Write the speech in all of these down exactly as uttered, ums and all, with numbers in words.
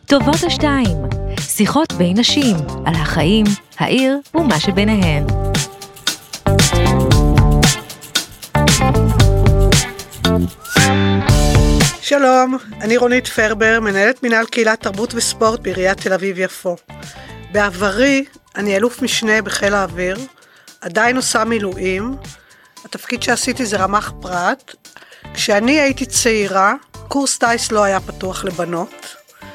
טובות השתיים, שיחות בין נשים על החיים, העיר ומה שביניהן. שלום, אני רונית פרבר, מנהלת מנהל קהילת תרבות וספורט בעיריית תל אביב יפו. בעברי אני אלוף משנה בחיל האוויר, עדיין עושה מילואים. התפקיד שעשיתי זה רמ"ח פרט. כשאני הייתי צעירה, קורס טייס לא היה פתוח לבנות,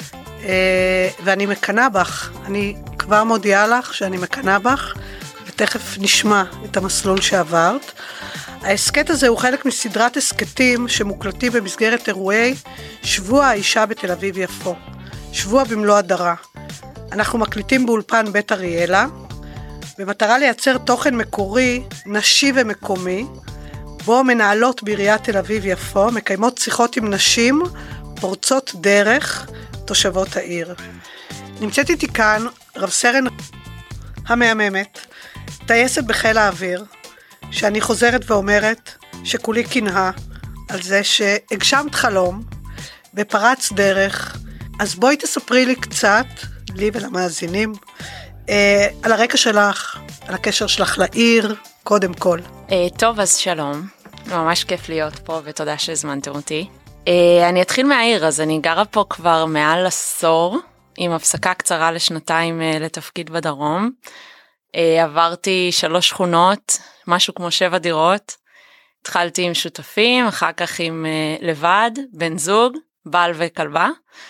ואני מקנה בך, אני כבר מודיעה לך שאני מקנה בך, ותכף נשמע את המסלול שעברת. העסקט הזה הוא חלק מסדרת עסקטים שמוקלטים במסגרת אירועי שבוע האישה בתל אביב יפו, שבוע במלוא הדרה. אנחנו מקליטים באולפן בית אריאלה, במטרה לייצר תוכן מקורי, נשי ומקומי, בו מנהלות בעיריית תל אביב יפו מקיימות שיחות עם נשים פורצות דרך תושבות העיר. נמצאת איתי כאן רב סרן המהממת, טייסת בחיל האוויר, שאני חוזרת ואומרת שכולי קנאה על זה שהגשמת חלום בפרץ דרך. אז בואי תספרי לי קצת, לי ולמאזינים, אה, על הרקע שלך, על הקשר שלך לעיר, קודם כל. אה, טוב, אז שלום. ממש כיף להיות פה ותודה שהזמנתם אותי. אה, אני אתחיל מהעיר, אז אני גרה פה כבר מעל עשור, עם הפסקה קצרה לשנתיים אה, לתפקיד בדרום. אה, עברתי שלוש שכונות, משהו כמו שבע דירות. התחלתי עם שותפים, אחר כך עם אה, לבד, בן זוג, בעל וכלבה.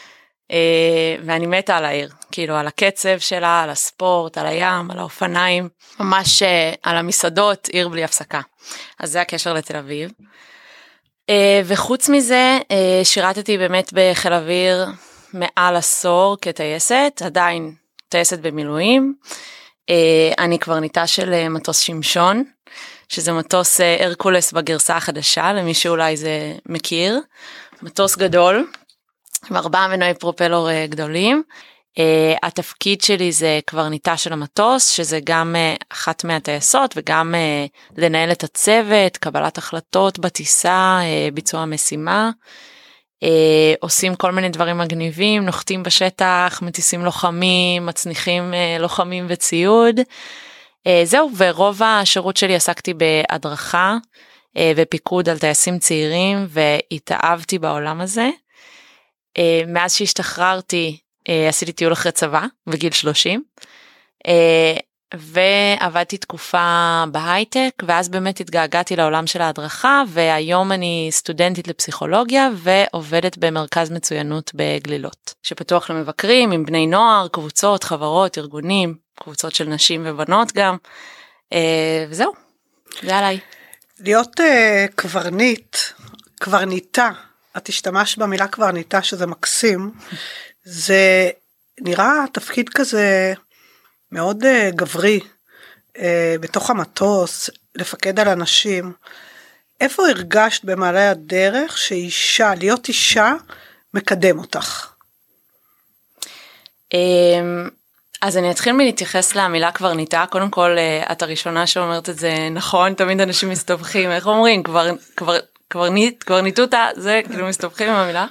Uh, ואני מתה על העיר, כאילו על הקצב שלה, על הספורט, על הים, על האופניים, ממש uh, על המסעדות, עיר בלי הפסקה. אז זה הקשר לתל אביב. Uh, וחוץ מזה, uh, שירתתי באמת בחיל אוויר מעל עשור כטייסת, עדיין טייסת במילואים. Uh, אני קברניטה של uh, מטוס שמשון, שזה מטוס uh, הרקולס בגרסה החדשה, למי שאולי זה מכיר. מטוס גדול, עם ארבעה מנועי פרופלור uh, גדולים. Uh, התפקיד שלי זה קברניטה של המטוס, שזה גם uh, אחת מהטייסות, וגם uh, לנהל את הצוות, קבלת החלטות בטיסה, uh, ביצוע משימה. Uh, עושים כל מיני דברים מגניבים, נוחתים בשטח, מטיסים לוחמים, מצניחים uh, לוחמים וציוד. Uh, זהו, ורוב השירות שלי עסקתי בהדרכה uh, ופיקוד על טייסים צעירים, והתאהבתי בעולם הזה. Uh, מאז שהשתחררתי uh, עשיתי טיול אחרי צבא בגיל שלושים uh, ועבדתי תקופה בהייטק, ואז באמת התגעגעתי לעולם של ההדרכה, והיום אני סטודנטית לפסיכולוגיה ועובדת במרכז מצוינות בגלילות שפתוח למבקרים עם בני נוער, קבוצות, חברות, ארגונים, קבוצות של נשים ובנות גם. uh, וזהו, זה עליי. להיות uh, קברנית, קברניטה, את השתמשת במילה קברניטה, שזה מקסים, זה נראה תפקיד כזה מאוד uh, גברי, uh, בתוך המטוס, לפקד על אנשים. איפה הרגשת במעלה הדרך שאישה, להיות אישה, מקדם אותך? אז אני אתחיל מלהתייחס למילה קברניטה. קודם כל, את הראשונה שאומרת את זה נכון, תמיד אנשים מסתבכים, איך אומרים? כבר, כבר, קברניט, קברניטותה, זה כאילו מסתבכים עם המילה.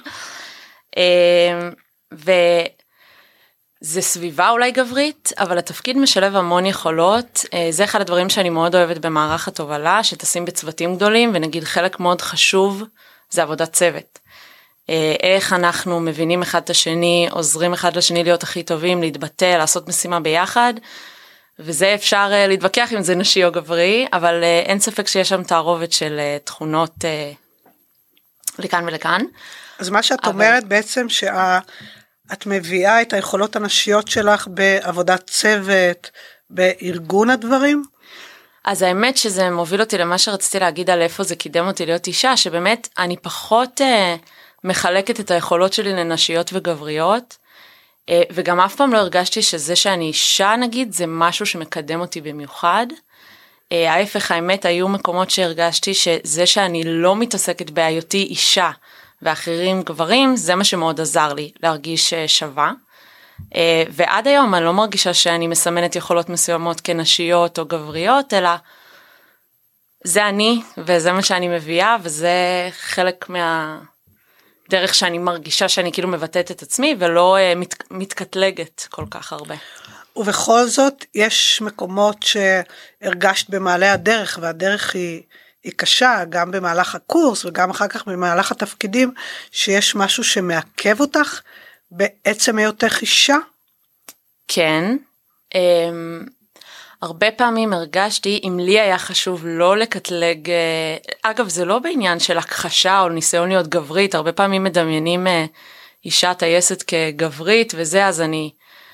וזה סביבה אולי גברית, אבל התפקיד משלב המון יכולות. זה אחד הדברים שאני מאוד אוהבת במערך התובלה, שתשים בצוותים גדולים, ונגיד חלק מאוד חשוב, זה עבודת צוות. איך אנחנו מבינים אחד את השני, עוזרים אחד לשני להיות הכי טובים, להתבטא, לעשות משימה ביחד, וזה אפשר להתווכח אם זה נשי או גברי, אבל אין ספק שיש שם תערובת של תכונות לכאן ולכאן. אז מה שאת אבל... אומרת בעצם שאת מביאה את היכולות הנשיות שלך בעבודת צוות, בארגון הדברים? אז האמת שזה מוביל אותי למה שרציתי להגיד על איפה זה קידם אותי להיות אישה, שבאמת אני פחות מחלקת את היכולות שלי לנשיות וגבריות, וגם אף פעם לא הרגשתי שזה שאני אישה נגיד, זה משהו שמקדם אותי במיוחד. ההפך, האמת, היו מקומות שהרגשתי שזה שאני לא מתעסקת בהיותי אישה ואחרים גברים, זה מה שמאוד עזר לי להרגיש שווה. ועד היום אני לא מרגישה שאני מסמנת יכולות מסוימות כנשיות או גבריות, אלא זה אני וזה מה שאני מביאה, וזה חלק מה... דרך שאני מרגישה שאני כאילו מבטאת את עצמי, ולא uh, מת, מתקטלגת כל כך הרבה. ובכל זאת, יש מקומות שהרגשת במעלה הדרך, והדרך היא, היא קשה, גם במהלך הקורס, וגם אחר כך במהלך התפקידים, שיש משהו שמעכב אותך, בעצם היותך אישה? כן, um, הרבה פעמים הרגשתי, אם לי היה חשוב לא לקטלג, אגב זה לא בעניין של הכחשה או ניסיון להיות גברית, הרבה פעמים מדמיינים אישה טייסת כגברית וזה, אז אני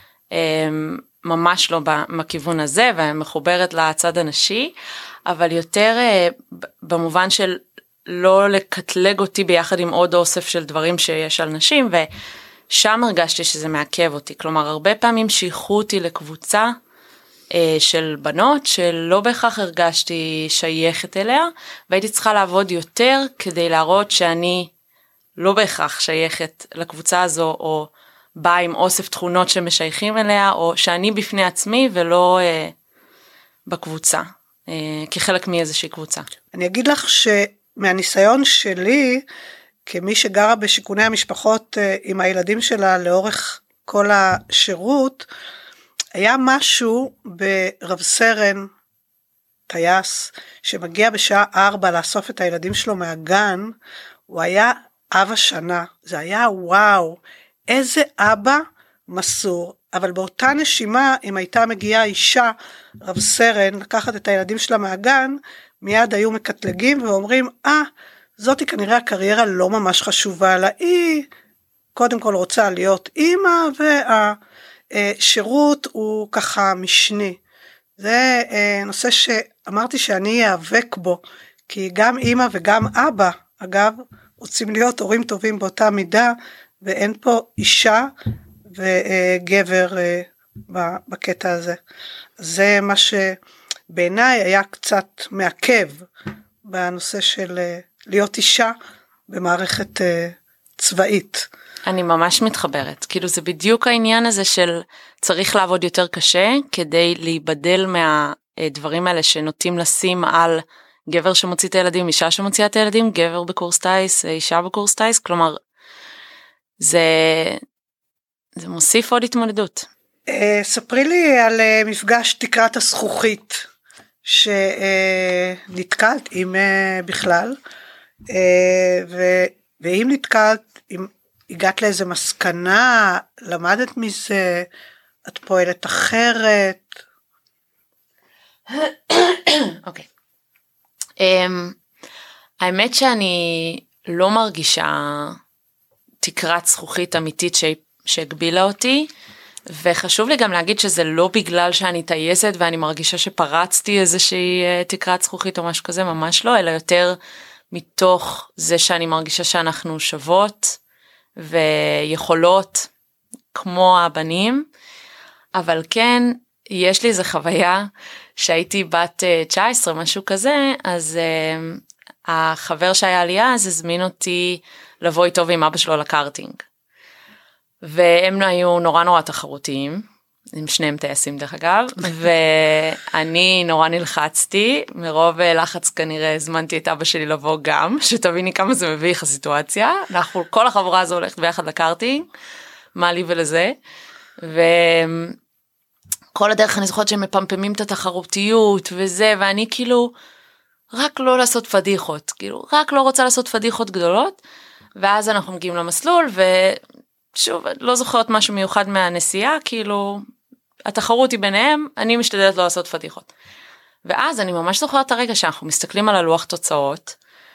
ממש לא בכיוון הזה ומחוברת לצד הנשי, אבל יותר במובן של לא לקטלג אותי ביחד עם עוד אוסף של דברים שיש על נשים, ושם הרגשתי שזה מעכב אותי, כלומר הרבה פעמים שייכו אותי לקבוצה, של בנות שלא בהכרח הרגשתי שייכת אליה, והייתי צריכה לעבוד יותר כדי להראות שאני לא בהכרח שייכת לקבוצה הזו, או באה עם אוסף תכונות שמשייכים אליה, או שאני בפני עצמי ולא אה, בקבוצה, אה, כחלק מאיזושהי קבוצה. אני אגיד לך שמהניסיון שלי, כמי שגרה בשיכוני המשפחות אה, עם הילדים שלה לאורך כל השירות, היה משהו ברב סרן, טייס, שמגיע בשעה ארבע לאסוף את הילדים שלו מהגן, הוא היה אב השנה, זה היה וואו, איזה אבא מסור, אבל באותה נשימה, אם הייתה מגיעה אישה, רב סרן, לקחת את הילדים שלה מהגן, מיד היו מקטלגים ואומרים, אה, זאתי כנראה הקריירה לא ממש חשובה לה, היא קודם כל רוצה להיות אימא, וה... שירות הוא ככה משני, זה נושא שאמרתי שאני אאבק בו, כי גם אמא וגם אבא, אגב, רוצים להיות הורים טובים באותה מידה, ואין פה אישה וגבר בקטע הזה. זה מה שבעיניי היה קצת מעכב, בנושא של להיות אישה במערכת צבאית. אני ממש מתחברת, כאילו זה בדיוק העניין הזה של צריך לעבוד יותר קשה, כדי להיבדל מהדברים האלה שנוטים לשים על גבר שמוציא את הילדים, אישה שמוציאה את הילדים, גבר בקורס טייס, אישה בקורס טייס, כלומר, זה, זה מוסיף עוד התמודדות. ספרי לי על מפגש תקרת הזכוכית, שנתקלת, אם בכלל, ואם נתקלת, אם הגעת לאיזה מסקנה, למדת מזה, את פועלת אחרת? אוקיי. האמת שאני לא מרגישה תקרת זכוכית אמיתית שהגבילה אותי, וחשוב לי גם להגיד שזה לא בגלל שאני טייסת ואני מרגישה שפרצתי איזושהי תקרת זכוכית או משהו כזה, ממש לא, אלא יותר מתוך זה שאני מרגישה שאנחנו שוות, ויכולות כמו הבנים, אבל כן, יש לי איזו חוויה שהייתי בת תשע עשרה, משהו כזה, אז uh, החבר שהיה לי אז הזמין אותי לבוא איתו ועם אבא שלו לקארטינג. והם היו נורא נורא תחרותיים, עם שניהם טייסים דרך אגב, ואני נורא נלחצתי, מרוב לחץ כנראה הזמנתי את אבא שלי לבוא גם, שתביני כמה זה מביך הסיטואציה, אנחנו, כל החבורה הזו הולכת ביחד לקארטינג, מה לי ולזה, וכל הדרך אני זוכרת שהם מפמפמים את התחרותיות וזה, ואני כאילו, רק לא לעשות פדיחות, כאילו, רק לא רוצה לעשות פדיחות גדולות, ואז אנחנו מגיעים למסלול, ושוב, לא זוכרת משהו מיוחד מהנסיעה, כאילו, התחרות היא ביניהם, אני משתדלת לא לעשות פדיחות. ואז אני ממש זוכרת את הרגע שאנחנו מסתכלים על הלוח תוצאות,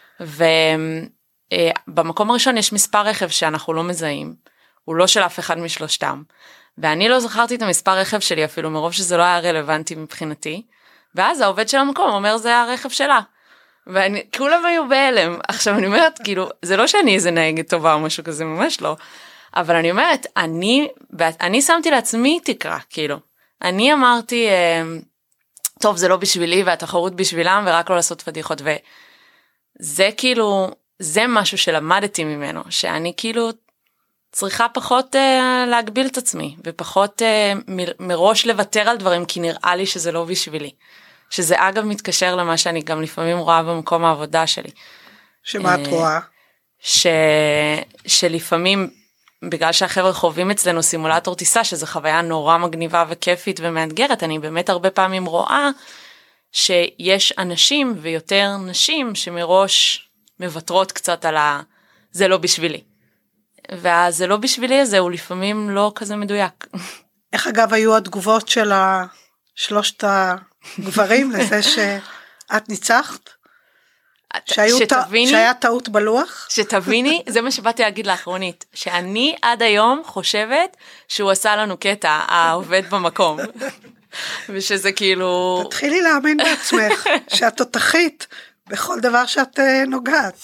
ובמקום הראשון יש מספר רכב שאנחנו לא מזהים, הוא לא של אף אחד משלושתם, ואני לא זכרתי את המספר רכב שלי אפילו, מרוב שזה לא היה רלוונטי מבחינתי, ואז העובד של המקום אומר זה הרכב שלה, ואני, כולם היו בהלם. עכשיו אני אומרת, כאילו, זה לא שאני איזה נהגת טובה או משהו כזה, ממש לא, אבל אני אומרת, אני, אני שמתי לעצמי תקרה, כאילו, אני אמרתי, טוב, זה לא בשבילי, והתחרות בשבילם, ורק לא לעשות פדיחות, וזה כאילו, זה משהו שלמדתי ממנו, שאני כאילו, צריכה פחות uh, להגביל את עצמי, ופחות uh, מ- מראש לוותר על דברים, כי נראה לי שזה לא בשבילי. שזה אגב מתקשר למה שאני גם לפעמים רואה במקום העבודה שלי. שמה את רואה? ש... שלפעמים, בגלל שהחבר'ה חווים אצלנו סימולטור טיסה, שזו חוויה נורא מגניבה וכיפית ומאתגרת, אני באמת הרבה פעמים רואה שיש אנשים ויותר נשים שמראש מבטרות קצת על ה... זה לא בשבילי. והזה לא בשבילי הזה הוא לפעמים לא כזה מדויק. איך אגב היו התגובות של שלושת הגברים לזה שאת ניצחת? שתביני, שהיה טעות בלוח? שתביני, זה מה שבאתי להגיד לאחרונית, שאני עד היום חושבת שהוא עשה לנו קטע, העובד במקום. ושזה כאילו... תתחילי להאמין בעצמך, שאת תותחית בכל דבר שאת נוגעת.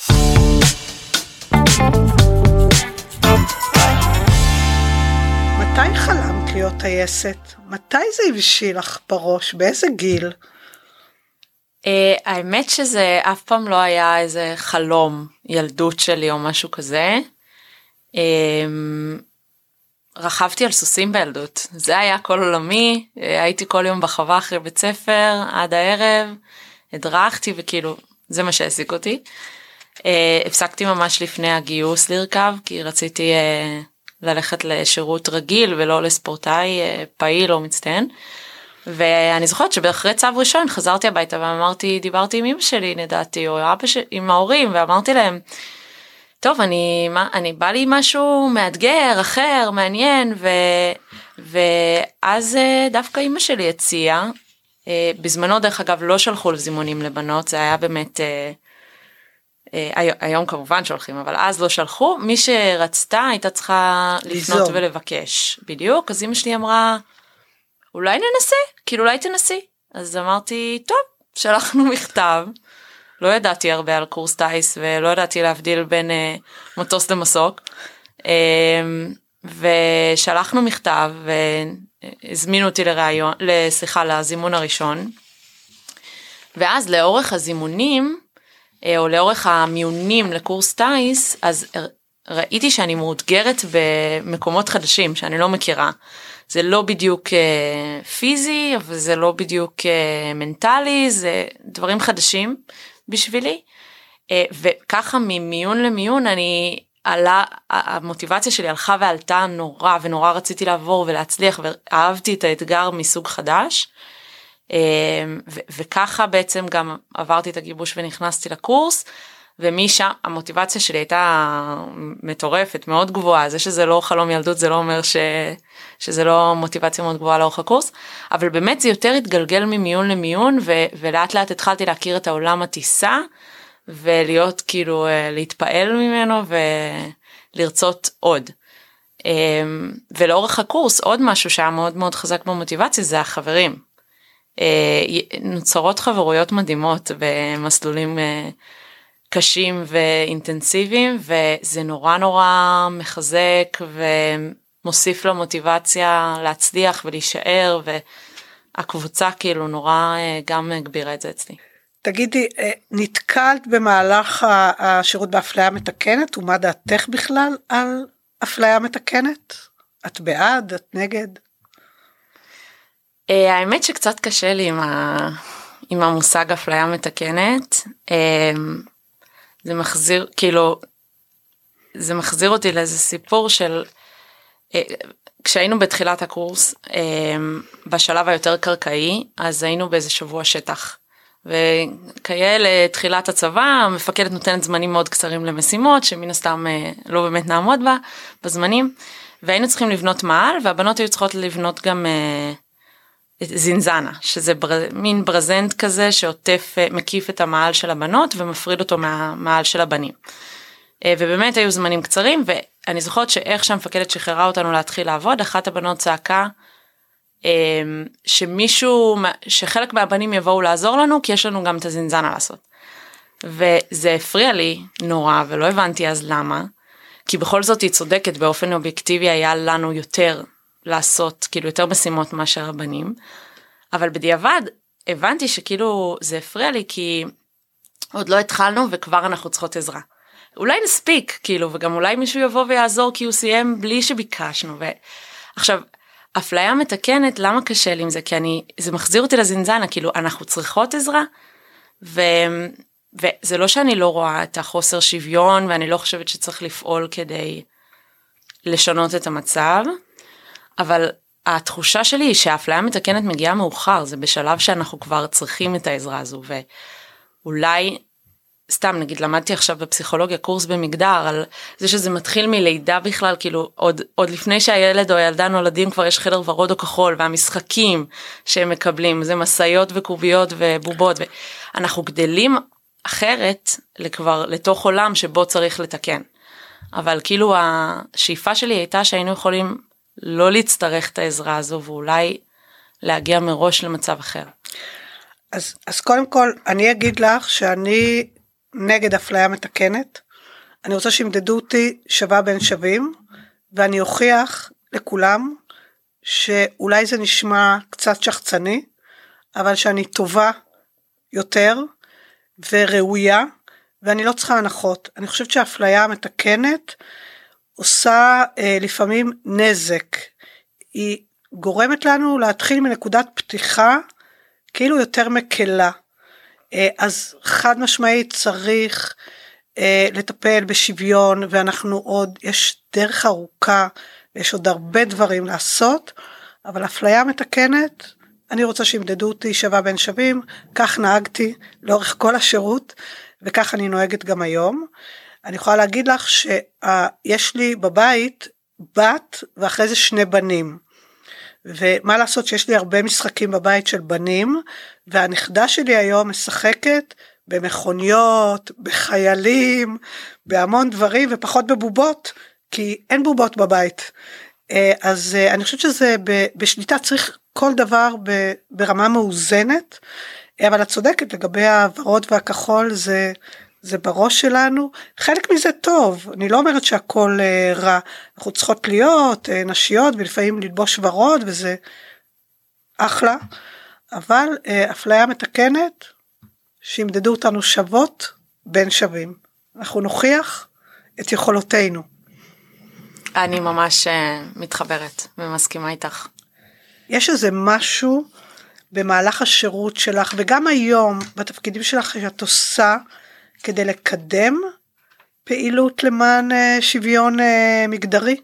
מתי חלמת להיות טייסת? מתי זה הבשיל לך בראש? באיזה גיל? Uh, האמת שזה אף פעם לא היה איזה חלום ילדות שלי או משהו כזה. Uh, רכבתי על סוסים בילדות, זה היה כל עולמי, uh, הייתי כל יום בחווה אחרי בית ספר עד הערב, הדרכתי וכאילו זה מה שהעסיק אותי. Uh, הפסקתי ממש לפני הגיוס לרכב, כי רציתי uh, ללכת לשירות רגיל ולא לספורטאי uh, פעיל או מצטיין. ואני זוכרת שבאחרי צו ראשון חזרתי הביתה ואמרתי, דיברתי עם אמא שלי נדעתי, או אבא שלי, עם ההורים, ואמרתי להם, טוב, אני, מה, אני בא לי משהו מאתגר, אחר, מעניין, ו, ואז דווקא אמא שלי הציעה, בזמנו דרך אגב לא שלחו לזימונים לבנות, זה היה באמת, היום כמובן שולחים, אבל אז לא שלחו, מי שרצתה הייתה צריכה לפנות ולבקש, בדיוק, אז אמא שלי אמרה, אולי ננסה, כאילו אולי תנסי. אז אמרתי, טוב, שלחנו מכתב, לא ידעתי הרבה על קורס טייס, ולא ידעתי להבדיל בין אה, מטוס למסוק, אה, ושלחנו מכתב, והזמינו אותי לראיון, לשיחה לזימון הראשון, ואז לאורך הזימונים, אה, או לאורך המיונים לקורס טייס, אז ראיתי שאני מאותגרת במקומות חדשים, שאני לא מכירה, זה לא בדיוק uh, פיזי, אבל זה לא בדיוק uh, מנטלי, זה דברים חדשים בשבילי, uh, וככה ממיון למיון אני עלה, המוטיבציה שלי הלכה ועלתה נורא, ונורא רציתי לעבור ולהצליח, ואהבתי את האתגר מסוג חדש, uh, ו- וככה בעצם גם עברתי את הגיבוש ונכנסתי לקורס, ומשם המוטיבציה שלי הייתה מטורפת, מאוד גבוהה, זה שזה לא חלום ילדות זה לא אומר ש... שזה לא מוטיבציה מאוד גבוהה לאורך הקורס, אבל באמת זה יותר התגלגל ממיון למיון, ו... ולאט לאט התחלתי להכיר את העולם הטיסה, ולהיות כאילו, להתפעל ממנו ולרצות עוד. ולאורך הקורס עוד משהו שהיה מאוד מאוד חזק במוטיבציה זה החברים. נוצרות חברויות מדהימות במסלולים קשים ואינטנסיביים, וזה נורא נורא מחזק ומוסיף למוטיבציה להצליח ולהישאר, והקבוצה כאילו נורא גם הגבירה את זה אצלי. תגידי, נתקלת במהלך השירות באפליה מתקנת, ומה דעתך בכלל על אפליה מתקנת? את בעד? את נגד? האמת שקצת קשה לי עם, ה... עם המושג אפליה מתקנת, זה מחזיר, כאילו, זה מחזיר אותי לאיזה סיפור של, כשהיינו בתחילת הקורס, בשלב היותר קרקעי, אז היינו באיזה שבוע שטח, וכאלה תחילת הצבא, המפקדת נותנת זמנים מאוד קצרים למשימות, שמן הסתם לא באמת נעמוד בה, בזמנים, והיינו צריכים לבנות מעל, והבנות היו צריכות לבנות גם זינזנה, שזה בר... מין ברזנט כזה שעוטף, מקיף את המעל של הבנות ומפריד אותו מהמעל של הבנים. ובאמת היו זמנים קצרים, ואני זוכרת שאיך שהמפקדת שחררה אותנו להתחיל לעבוד, אחת הבנות צעקה שמישהו, שחלק מהבנים יבואו לעזור לנו, כי יש לנו גם את הזינזנה לעשות. וזה הפריע לי נורא, ולא הבנתי אז למה, כי בכל זאת היא צודקת, באופן אובייקטיבי היה לנו יותר לעשות, כאילו יותר משימות מאשר הבנים, אבל בדיעבד הבנתי שכאילו זה הפריע לי, כי עוד לא התחלנו וכבר אנחנו צריכות עזרה. אולי נספיק, כאילו, וגם אולי מישהו יבוא ויעזור, כי הוא סיים בלי שביקשנו. ועכשיו, אפליה מתקנת, למה קשה לי עם זה? כי אני, זה מחזיר אותי לזינזנה, כאילו, אנחנו צריכות עזרה, ו... וזה לא שאני לא רואה את החוסר שוויון, ואני לא חושבת שצריך לפעול כדי לשנות את המצב, אבל התחושה שלי היא שהאפליה מתקנת מגיעה מאוחר, זה בשלב שאנחנו כבר צריכים את העזרה הזו, ואולי, סתם נגיד, למדתי עכשיו בפסיכולוגיה קורס במגדר, על זה שזה מתחיל מלידה בכלל, כאילו עוד, עוד לפני שהילד או הילדה נולדים כבר יש חדר ורוד או כחול, והמשחקים שהם מקבלים, זה מסעיות וקוביות ובובות, ואנחנו גדלים אחרת לכבר לתוך עולם שבו צריך לתקן. אבל כאילו השאיפה שלי הייתה שהיינו יכולים לא להצטרך את העזרה הזו, ואולי להגיע מראש למצב אחר. אז, אז קודם כל, אני אגיד לך שאני נגד אפליה מתקנת. אני רוצה שימדדו אותי שווה בין שווים, ואני אוכיח לכולם שאולי זה נשמע קצת שחצני, אבל שאני טובה יותר וראויה, ואני לא צריכה הנחות. אני חושבת שהאפליה המתקנת עושה אה, לפעמים נזק. היא גורמת לנו להתחיל מנקודת פתיחה כאילו יותר מקלה. אה, אז חד משמעית צריך אה, לטפל בשוויון, ואנחנו עוד, יש דרך ארוכה, ויש עוד הרבה דברים לעשות, אבל אפליה מתקנת, אני רוצה שימדדו אותי שווה בין שווים, כך נהגתי לאורך כל השירות, וכך אני נוהגת גם היום. אני יכולה להגיד לך שיש לי בבית בת, ואחרי זה שני בנים. ומה לעשות שיש לי הרבה משחקים בבית של בנים, והנכדה שלי היום משחקת במכוניות, בחיילים, בהמון דברים, ופחות בבובות, כי אין בובות בבית. אז אני חושבת שזה בשליטה, צריך כל דבר ברמה מאוזנת, אבל את צודקת לגבי הוורוד והכחול, זה, זה בראש שלנו, חלק מזה טוב, אני לא אומרת שהכל רע, אנחנו צריכות להיות נשיות, ולפעמים ללבוש ורוד, וזה אחלה, אבל אפליה מתקנת, שימדדו אותנו שוות בין שווים, אנחנו נוכיח את יכולותינו. אני ממש מתחברת ומסכימה איתך. יש איזה משהו במהלך השירות שלך, וגם היום בתפקידים שלך שאת עושה, כדי לקדם פעילות למען שוויון מגדרי?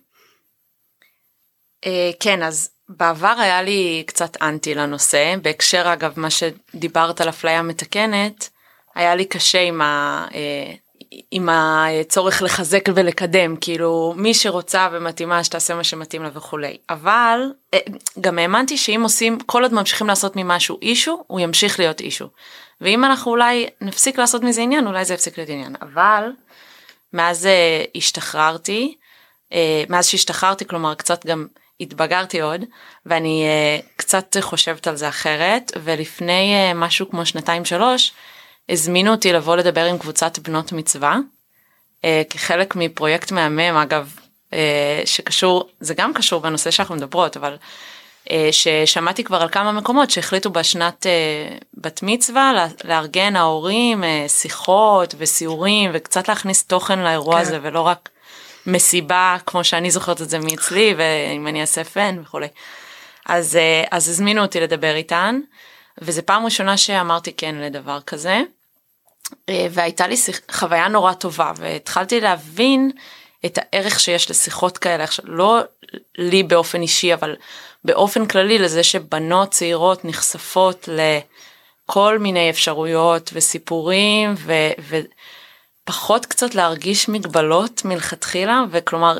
כן, אז בעבר היה לי קצת אנטי לנושא, בהקשר אגב מה שדיברת על אפליה מתקנת, היה לי קשה עם ה... עם הצורך לחזק ולקדם, כאילו מי שרוצה ומתאימה שתעשה מה שמתאים לה וכולי, אבל גם האמנתי שאם עושים, כל עוד ממשיכים לעשות ממשהו אישו, הוא ימשיך להיות אישו, ואם אנחנו אולי נפסיק לעשות מזה עניין, אולי זה יפסיק להיות עניין, אבל מאז השתחררתי, מאז שהשתחררתי, כלומר קצת גם התבגרתי עוד, ואני קצת חושבת על זה אחרת, ולפני משהו כמו שנתיים שלוש, הזמינו אותי לבוא לדבר עם קבוצת בנות מצווה, אה, כחלק מפרויקט מהמם, אגב, אה, שקשור, זה גם קשור בנושא שאנחנו מדברות, אבל אה, ששמעתי כבר על כמה מקומות שהחליטו בשנת אה, בת מצווה, לה, לארגן ההורים, אה, שיחות וסיורים, וקצת להכניס תוכן לאירוע כן. הזה, ולא רק מסיבה, כמו שאני זוכרת את זה מאצלי, ואם אני אעשה פן וכו'. אז, אה, אז הזמינו אותי לדבר איתן, וזה פעם ראשונה שאמרתי כן לדבר כזה, והייתה לי חוויה נורא טובה, והתחלתי להבין את הערך שיש לשיחות כאלה, לא לי באופן אישי, אבל באופן כללי לזה שבנות צעירות נחשפות לכל מיני אפשרויות וסיפורים, ו- ופחות קצת להרגיש מגבלות מלכתחילה, וכלומר,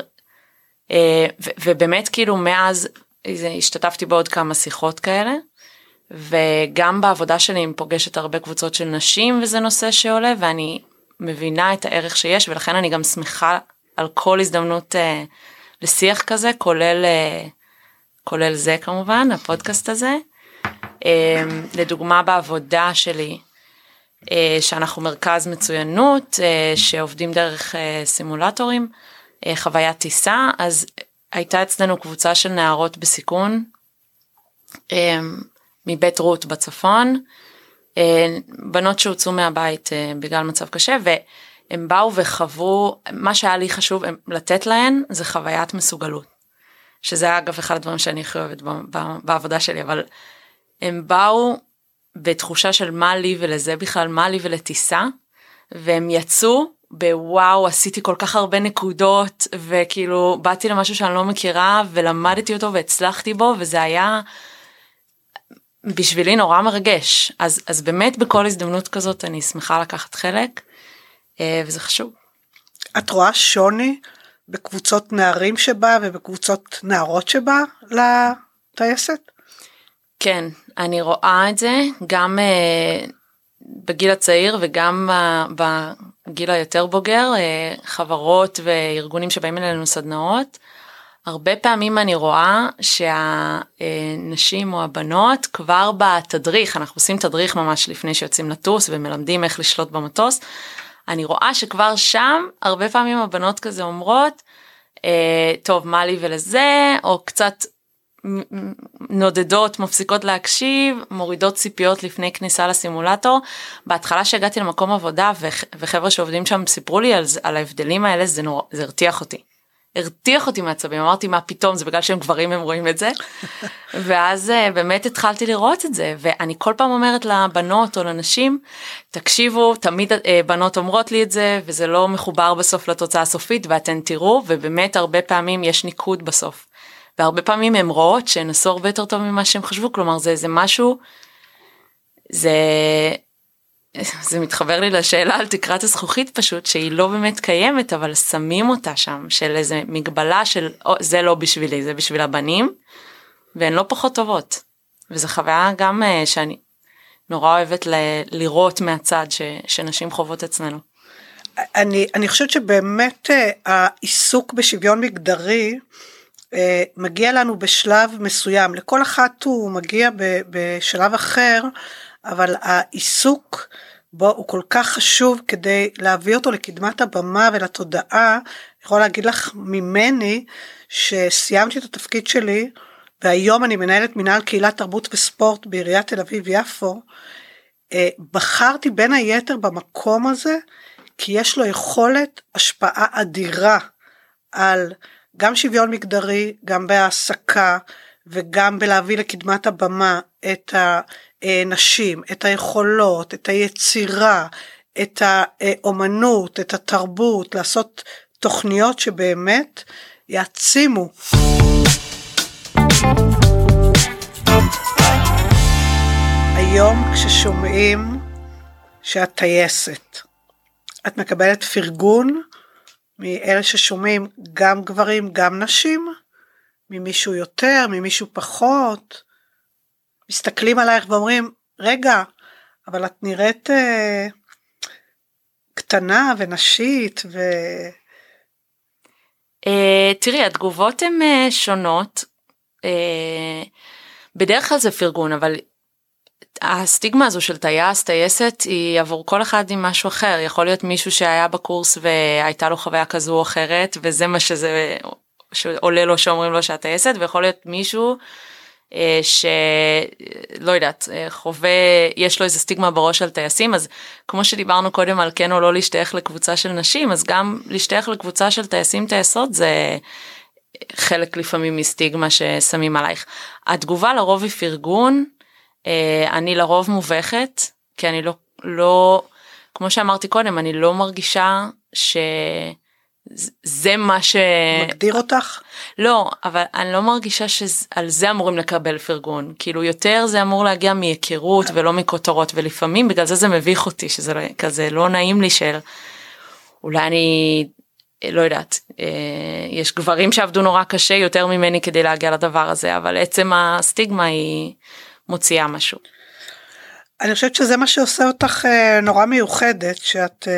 ו- ובאמת כאילו מאז השתתפתי בעוד כמה שיחות כאלה, וגם בעבודה שלי אני פוגשת הרבה קבוצות של נשים, וזה נושא שעולה, ואני מבינה את הערך שיש, ולכן אני גם שמחה על כל הזדמנות אה, לשיח כזה, כולל, אה, כולל זה כמובן, הפודקאסט הזה. אה, לדוגמה בעבודה שלי, אה, שאנחנו מרכז מצוינות, אה, שעובדים דרך אה, סימולטורים, אה, חוויית טיסה, אז הייתה אצלנו קבוצה של נערות בסיכון, אה, מבית רות בצפון, בנות שהוצאו מהבית בגלל מצב קשה, והם באו וחוו, מה שהיה לי חשוב לתת להן, זה חוויית מסוגלות, שזה אגב אחד הדברים שאני הכי אוהבת בעבודה שלי, אבל הם באו בתחושה של מה לי ולזה בכלל, מה לי ולטיסה, והם יצאו בוואו, עשיתי כל כך הרבה נקודות, וכאילו באתי למשהו שאני לא מכירה, ולמדתי אותו והצלחתי בו, וזה היה בשבילי נורא מרגש. אז, אז באמת בכל הזדמנות כזאת אני שמחה לקחת חלק, וזה חשוב. את רואה שוני בקבוצות נערים שבה ובקבוצות נערות שבה לטייסת? כן, אני רואה את זה גם uh, בגיל הצעיר וגם uh, בגיל היותר בוגר, uh, חברות וארגונים שבאים אלינו סדנאות. הרבה פעמים אני רואה שהנשים או הבנות כבר בתדריך, אנחנו עושים תדריך ממש לפני שיוצאים לטוס ומלמדים איך לשלוט במטוס, אני רואה שכבר שם הרבה פעמים הבנות כזה אומרות, אה, טוב מה לי ולזה, או קצת נודדות, מפסיקות להקשיב, מורידות ציפיות לפני כניסה לסימולטור. בהתחלה שהגעתי למקום עבודה וחבר'ה שעובדים שם סיפרו לי על, על ההבדלים האלה, זה, נור... זה הרתיח אותי. הרתיח אותי מעצבים, אמרתי מה פתאום, זה בגלל שהם גברים הם רואים את זה. ואז באמת התחלתי לראות את זה, ואני כל פעם אומרת לבנות או לנשים, תקשיבו, תמיד בנות אומרות לי את זה, וזה לא מחובר בסוף לתוצאה הסופית, ואתן תראו, ובאמת הרבה פעמים יש ניקוד בסוף. והרבה פעמים הן רואות שהן עשו הרבה יותר טוב ממה שהם חשבו, כלומר זה איזה משהו, זה, זה מתחבר לי לשאלה על תקרת הזכוכית פשוט, שהיא לא באמת קיימת, אבל שמים אותה שם, של איזה מגבלה של, או, זה לא בשבילי, זה בשביל הבנים, והן לא פחות טובות. וזו חוויה גם שאני נורא אוהבת ל, לראות מהצד ש, שנשים חוות אצלנו. אני, אני חושבת שבאמת העיסוק בשוויון מגדרי, מגיע לנו בשלב מסוים, לכל אחת הוא מגיע בשלב אחר, אבל העיסוק בו הוא כל כך חשוב כדי להביא אותו לקדמת הבמה ולתודעה. אני יכול להגיד לך ממני שסיימתי את התפקיד שלי, והיום אני מנהלת מנהל קהילת תרבות וספורט בעיריית תל אביב יפו, בחרתי בין היתר במקום הזה, כי יש לו יכולת השפעה אדירה על גם שוויון מגדרי, גם בהעסקה, וגם בלהביא לקדמת הבמה את הנשים, את היכולות, את היצירה, את האומנות, את התרבות, לעשות תוכניות שבאמת יעצימו. היום כששומעים שאת טייסת, את מקבלת פרגון, מאלה ששומעים גם גברים, גם נשים, ממישהו יותר, ממישהו פחות, מסתכלים עלייך ואומרים, רגע, אבל את נראית אה, קטנה ונשית. ו... אה, תראי, התגובות הן אה, שונות, אה, בדרך כלל זה פרגון, אבל הסטיגמה הזו של טייס, טייסת, היא עבור כל אחד עם משהו אחר. יכול להיות מישהו שהיה בקורס והייתה לו חוויה כזו או אחרת, וזה מה שזה שעולה לו שאומרים לו שאת טייסת, ויכול להיות מישהו שלא יודעת, חווה, יש לו איזה סטיגמה בראש על טייסים. אז כמו שדיברנו קודם על כן או לא להשתייך לקבוצה של נשים, אז גם להשתייך לקבוצה של טייסים טייסות זה חלק לפעמים מסטיגמה ששמים עלייך. התגובה לרוב היא פרגון, אני לרוב מובכת, כי אני לא, לא, כמו שאמרתי קודם, אני לא מרגישה שזה מה ש... מגדיר אותך? לא, אבל אני לא מרגישה שעל זה אמורים לקבל פרגון, כאילו יותר זה אמור להגיע מהיכרות ולא מכותרות, ולפעמים בגלל זה זה מביך אותי, שזה לא, כזה לא נעים לי של, אולי אני, לא יודעת, יש גברים שעבדו נורא קשה יותר ממני כדי להגיע לדבר הזה, אבל עצם הסטיגמה היא... מוציאה משהו. אני חושבת שזה מה שעושה אותך נורא מיוחדת, שאת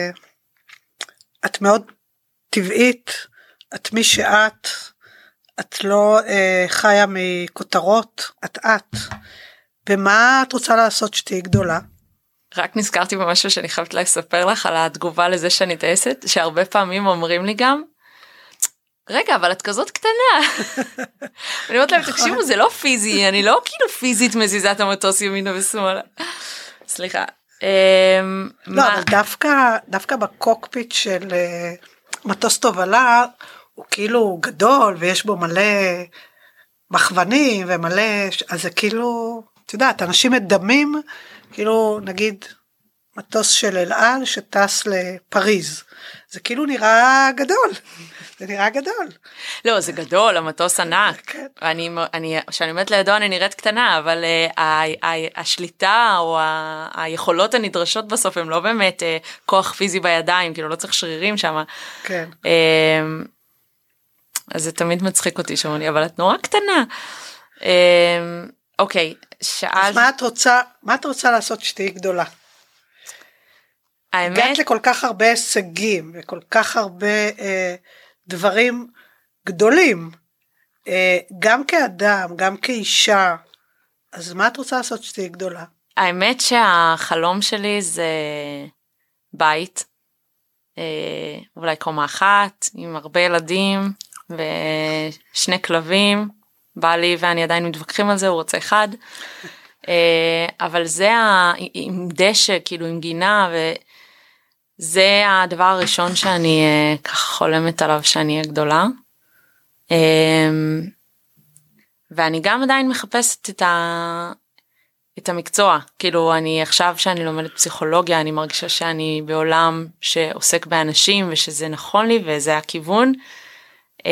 את מאוד טבעית, את מי שאת, את לא חיה מכותרות, את את. ומה את רוצה לעשות שתהי גדולה? רק נזכרתי במשהו שאני חייבת לספר לך על התגובה לזה שאני טייסת, שהרבה פעמים אומרים לי גם, רגע, אבל את כזאת קטנה. אני אומרת להם, תקשיבו, זה לא פיזי, אני לא כאילו פיזית מזיזת המטוס ימינה ושמאלה. סליחה. לא, אבל דווקא בקוקפיט של מטוס תובלה, הוא כאילו גדול, ויש בו מלא מכוונים, ומלא, אז זה כאילו, את יודעת, אנשים מדמים, כאילו, נגיד, מטוס של אל על שטס לפריז. זה כאילו נראה גדול, זה נראה גדול. לא, זה גדול, המטוס ענק. כן. אני, אני, כשאני אומרת לידו אני נראית קטנה, אבל uh, ה, ה, השליטה או ה, היכולות הנדרשות בסוף הם לא באמת uh, כוח פיזי בידיים, כאילו לא צריך שרירים שם. כן. Uh, אז זה תמיד מצחיק אותי שאומרים לי, אבל את נורא קטנה. Uh, אוקיי, שאל... אז מה את רוצה, מה את רוצה לעשות שתהי גדולה? האמת... הגעת לכל כך הרבה הישגים, וכל כך הרבה אה, דברים גדולים, אה, גם כאדם, גם כאישה, אז מה את רוצה לעשות שתהי גדולה? האמת שהחלום שלי זה בית, אה, אולי קומה אחת, עם הרבה ילדים, ושני כלבים, בעלי ואני עדיין מתווכחים על זה, הוא רוצה אחד, אה, אבל זה ה... עם דשא, כאילו עם גינה, ו... זה הדבר הראשון שאני uh, ככה חולמת עליו שאני אהיה גדולה. Um, ואני גם עדיין מחפשת את, ה, את המקצוע. כאילו אני עכשיו שאני לומדת פסיכולוגיה, אני מרגישה שאני בעולם שעוסק באנשים ושזה נכון לי וזה הכיוון. Um,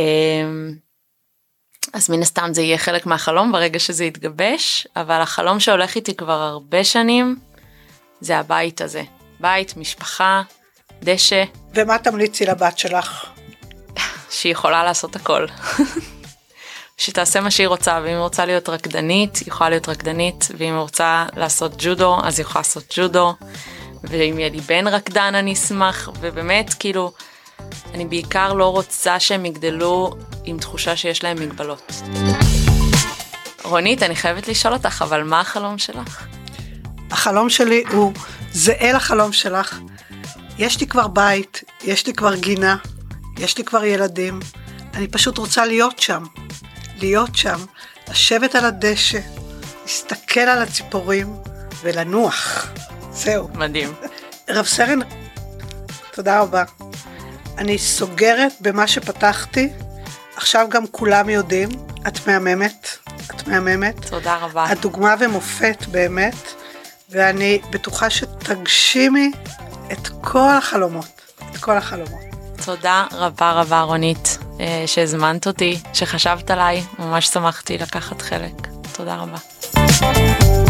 אז מן הסתם זה יהיה חלק מהחלום ברגע שזה יתגבש, אבל החלום שהולך איתי כבר הרבה שנים זה הבית הזה. בית, משפחה, דשא. ומה תמליצי לבת שלך? שהיא יכולה לעשות הכל. שתעשה מה שהיא רוצה, ואם היא רוצה להיות רקדנית, היא יכולה להיות רקדנית, ואם היא רוצה לעשות ג'ודו, אז היא יכולה לעשות ג'ודו, ואם יהיה לי בן רקדן אני אשמח, ובאמת כאילו, אני בעיקר לא רוצה שהם יגדלו עם תחושה שיש להם מגבלות. רונית, אני חייבת לשאול אותך, אבל מה החלום שלך? החלום שלי הוא זהה לחלום שלך. יש לי כבר בית, יש לי כבר גינה, יש לי כבר ילדים. אני פשוט רוצה להיות שם, להיות שם, לשבת על הדשא, להסתכל על הציפורים ולנוח. זהו. מדהים. רב סרן, תודה רבה. אני סוגרת במה שפתחתי, עכשיו גם כולם יודעים, את מהממת, את מהממת. תודה רבה. הדוגמה ומופת באמת. ואני בטוחה שתגשימי את כל החלומות, את כל החלומות. תודה רבה רבה רונית, שהזמנת אותי, שחשבת עליי, ממש שמחתי לקחת חלק. תודה רבה.